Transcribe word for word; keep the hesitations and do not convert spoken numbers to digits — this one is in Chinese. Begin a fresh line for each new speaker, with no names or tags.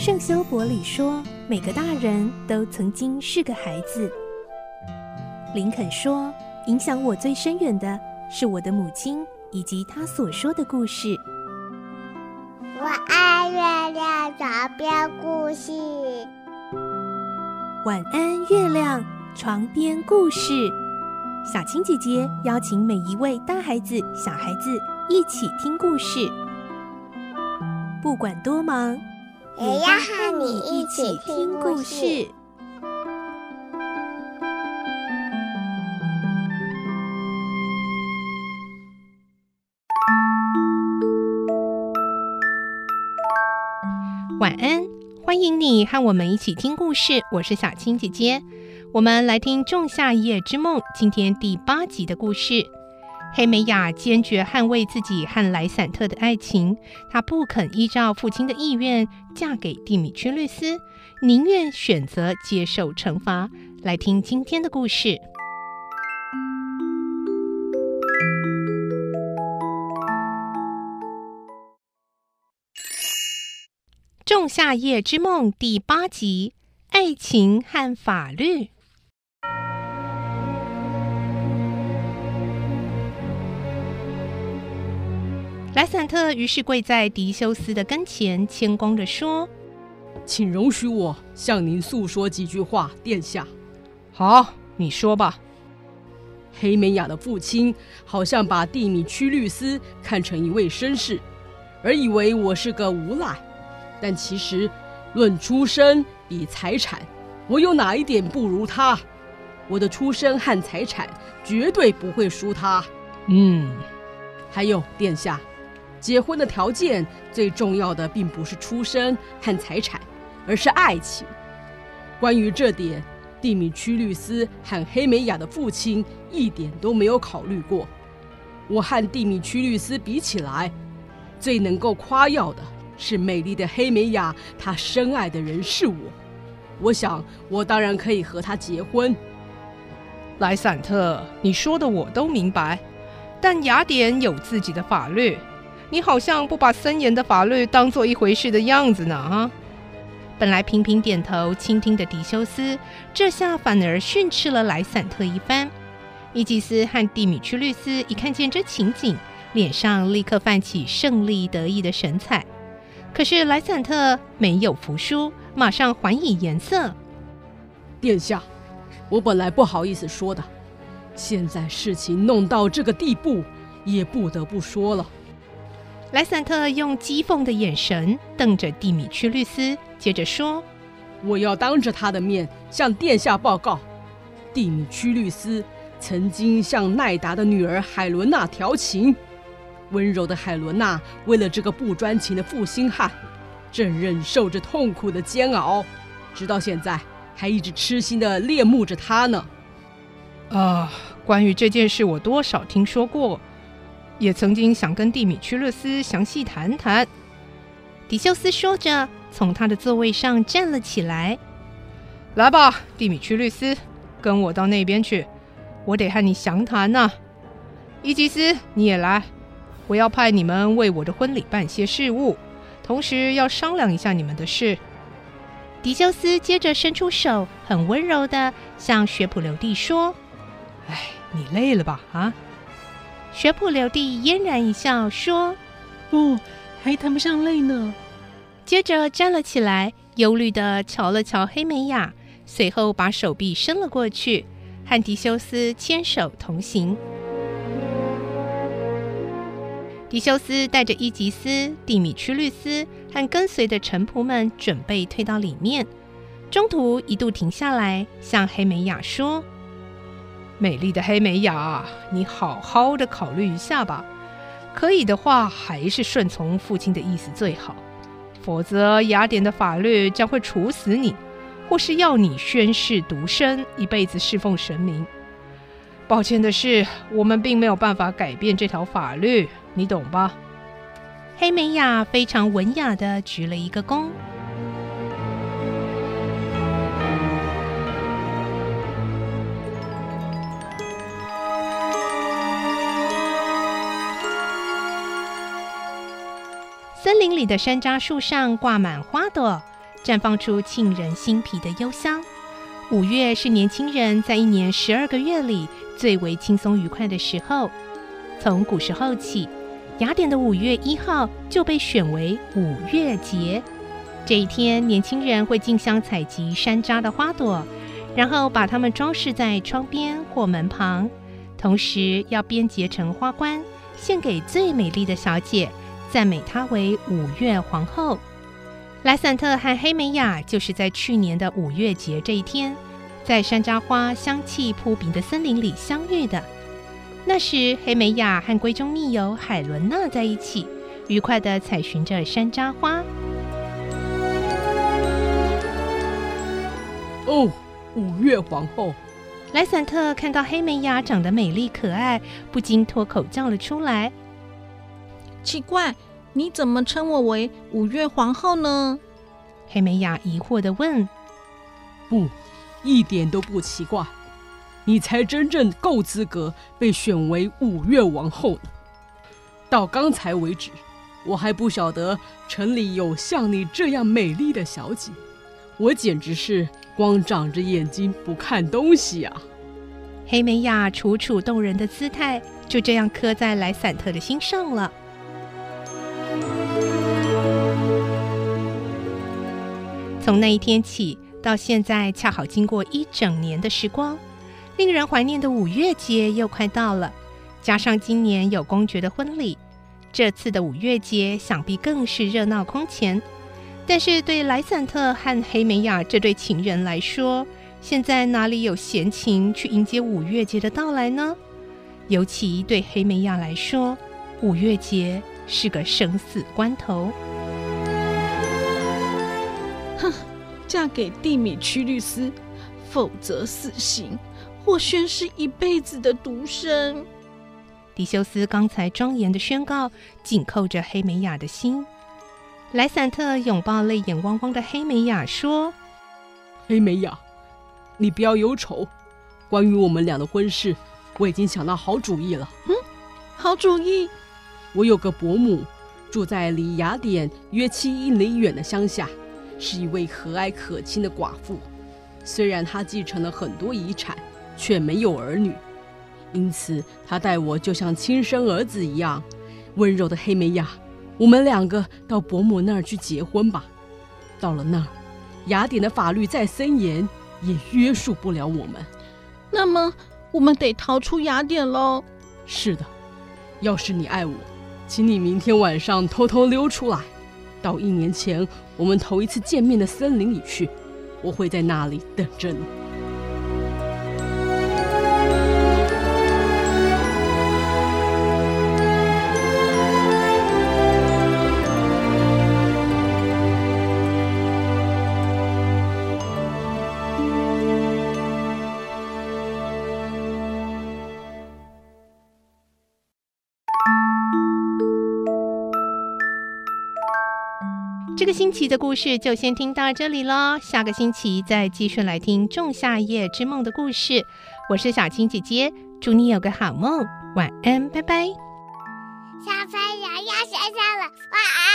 圣修伯里说，每个大人都曾经是个孩子。林肯说，影响我最深远的是我的母亲以及她所说的故事。
我爱月亮床边故事。
晚安，月亮床边故事。小青姐姐邀请每一位大孩子、小孩子一起听故事，不管多忙，
也要和你一起听故事。
晚安，欢迎你和我们一起听故事，我是小青姐姐。我们来听《仲夏夜之梦》今天第八集的故事。黑美雅坚决捍卫自己和莱散特的爱情，她不肯依照父亲的意愿嫁给蒂米屈律斯，宁愿选择接受惩罚。来听今天的故事。《仲夏夜之梦》第八集：爱情和法律。莱散特于是跪在狄修斯的跟前，谦恭地说：“
请容许我向您诉说几句话，殿下。”“
好，你说吧。”
黑美雅的父亲好像把蒂米屈律斯看成一位绅士，而以为我是个无赖。但其实，论出身比财产，我有哪一点不如他？我的出身和财产绝对不会输他。
嗯，
还有，殿下，结婚的条件最重要的并不是出身和财产，而是爱情。关于这点，蒂米屈律斯和黑美雅的父亲一点都没有考虑过。我和蒂米屈律斯比起来，最能够夸耀的是美丽的黑美雅，她深爱的人是我。我想，我当然可以和她结婚。
莱散特，你说的我都明白，但雅典有自己的法律，你好像不把森严的法律当作一回事的样子呢啊！
本来频频点头倾听的狄修斯，这下反而训斥了莱散特一番。伊吉斯和蒂米屈律斯一看见这情景，脸上立刻泛起胜利得意的神采。可是莱散特没有服输，马上还以颜色。
殿下，我本来不好意思说的，现在事情弄到这个地步，也不得不说了。
莱散特用讥讽的眼神瞪着蒂米屈律斯，接着说：“
我要当着他的面向殿下报告，蒂米屈律斯曾经向奈达的女儿海伦娜调情。温柔的海伦娜为了这个不专情的负心汉，正忍受着痛苦的煎熬，直到现在还一直痴心地恋慕着他呢。”
啊，关于这件事我多少听说过，也曾经想跟蒂米屈律斯详细谈谈。
狄修斯说着，从他的座位上站了起来。
“来吧，蒂米屈律斯，跟我到那边去，我得和你详谈呢。伊吉斯，你也来。我要派你们为我的婚礼办些事务，同时要商量一下你们的事。”
狄修斯接着伸出手，很温柔地向学普留地说：“
哎，你累了吧？啊？”
学普留地嫣然一笑说：“
不，还谈不上累呢。”
接着站了起来，忧虑地瞧了瞧黑美雅，随后把手臂伸了过去，和狄修斯牵手同行。狄修斯带着伊吉斯、蒂米屈律斯和跟随的臣仆们准备退到里面，中途一度停下来，向黑美雅说：“
美丽的黑美雅，你好好的考虑一下吧，可以的话还是顺从父亲的意思最好，否则雅典的法律将会处死你，或是要你宣誓独身，一辈子侍奉神明。抱歉的是，我们并没有办法改变这条法律，你懂吧？”
黑美雅非常文雅地鞠了一个躬。森林里的山楂树上挂满花朵， 绽放出沁人心脾的幽香。五月是年轻人在一年十二个月里最为轻松愉快的时候。从古时候起，雅典的五月一号就被选为五月节。这一天，年轻人会竞相采集山楂的花朵，然后把它们装饰在窗边或门旁，同时要编结成花冠，献给最美丽的小姐，赞美她为五月皇后。莱散特和黑美雅就是在去年的五月节这一天，在山楂花香气扑鼻的森林里相遇的。那时，黑美雅和闺中密友海伦娜在一起，愉快地采寻着山楂花。
哦，五月皇后！
莱散特看到黑美雅长得美丽可爱，不禁脱口叫了出来：“
奇怪，你怎么称我为五月皇后呢？”
黑美雅疑惑地问。
不，一点都不奇怪，你才真正够资格被选为五月王后呢。到刚才为止，我还不晓得城里有像你这样美丽的小姐，我简直是光长着眼睛不看东西啊！
黑美雅楚楚动人的姿态就这样刻在莱散特的心上了。从那一天起到现在，恰好经过一整年的时光，令人怀念的五月节又快到了。加上今年有公爵的婚礼，这次的五月节想必更是热闹空前。但是对莱散特和黑美雅这对情人来说，现在哪里有闲情去迎接五月节的到来呢？尤其对黑美雅来说，五月节是个生死关头。
哼，嫁给蒂米屈律斯，否则死刑，或宣誓一辈子的独身。
狄修斯刚才庄严的宣告紧扣着黑美雅的心。莱散特拥抱泪眼汪汪的黑美雅说：“
黑美雅，你不要忧愁，关于我们俩的婚事，我已经想到好主意了。”
嗯，好主意。
我有个伯母，住在离雅典约七英里远的乡下，是一位和蔼可亲的寡妇。虽然她继承了很多遗产，却没有儿女，因此她待我就像亲生儿子一样。温柔的黑美雅，我们两个到伯母那儿去结婚吧。到了那儿，雅典的法律再森严，也约束不了我们。
那么，我们得逃出雅典喽。
是的，要是你爱我，请你明天晚上偷偷溜出来，到一年前我们头一次见面的森林里去，我会在那里等着你。
这个星期的故事就先听到这里咯，下个星期再继续来听《仲夏夜之梦》的故事。我是小青姐姐，祝你有个好梦，晚安，拜拜。
小朋友要睡觉了，晚安。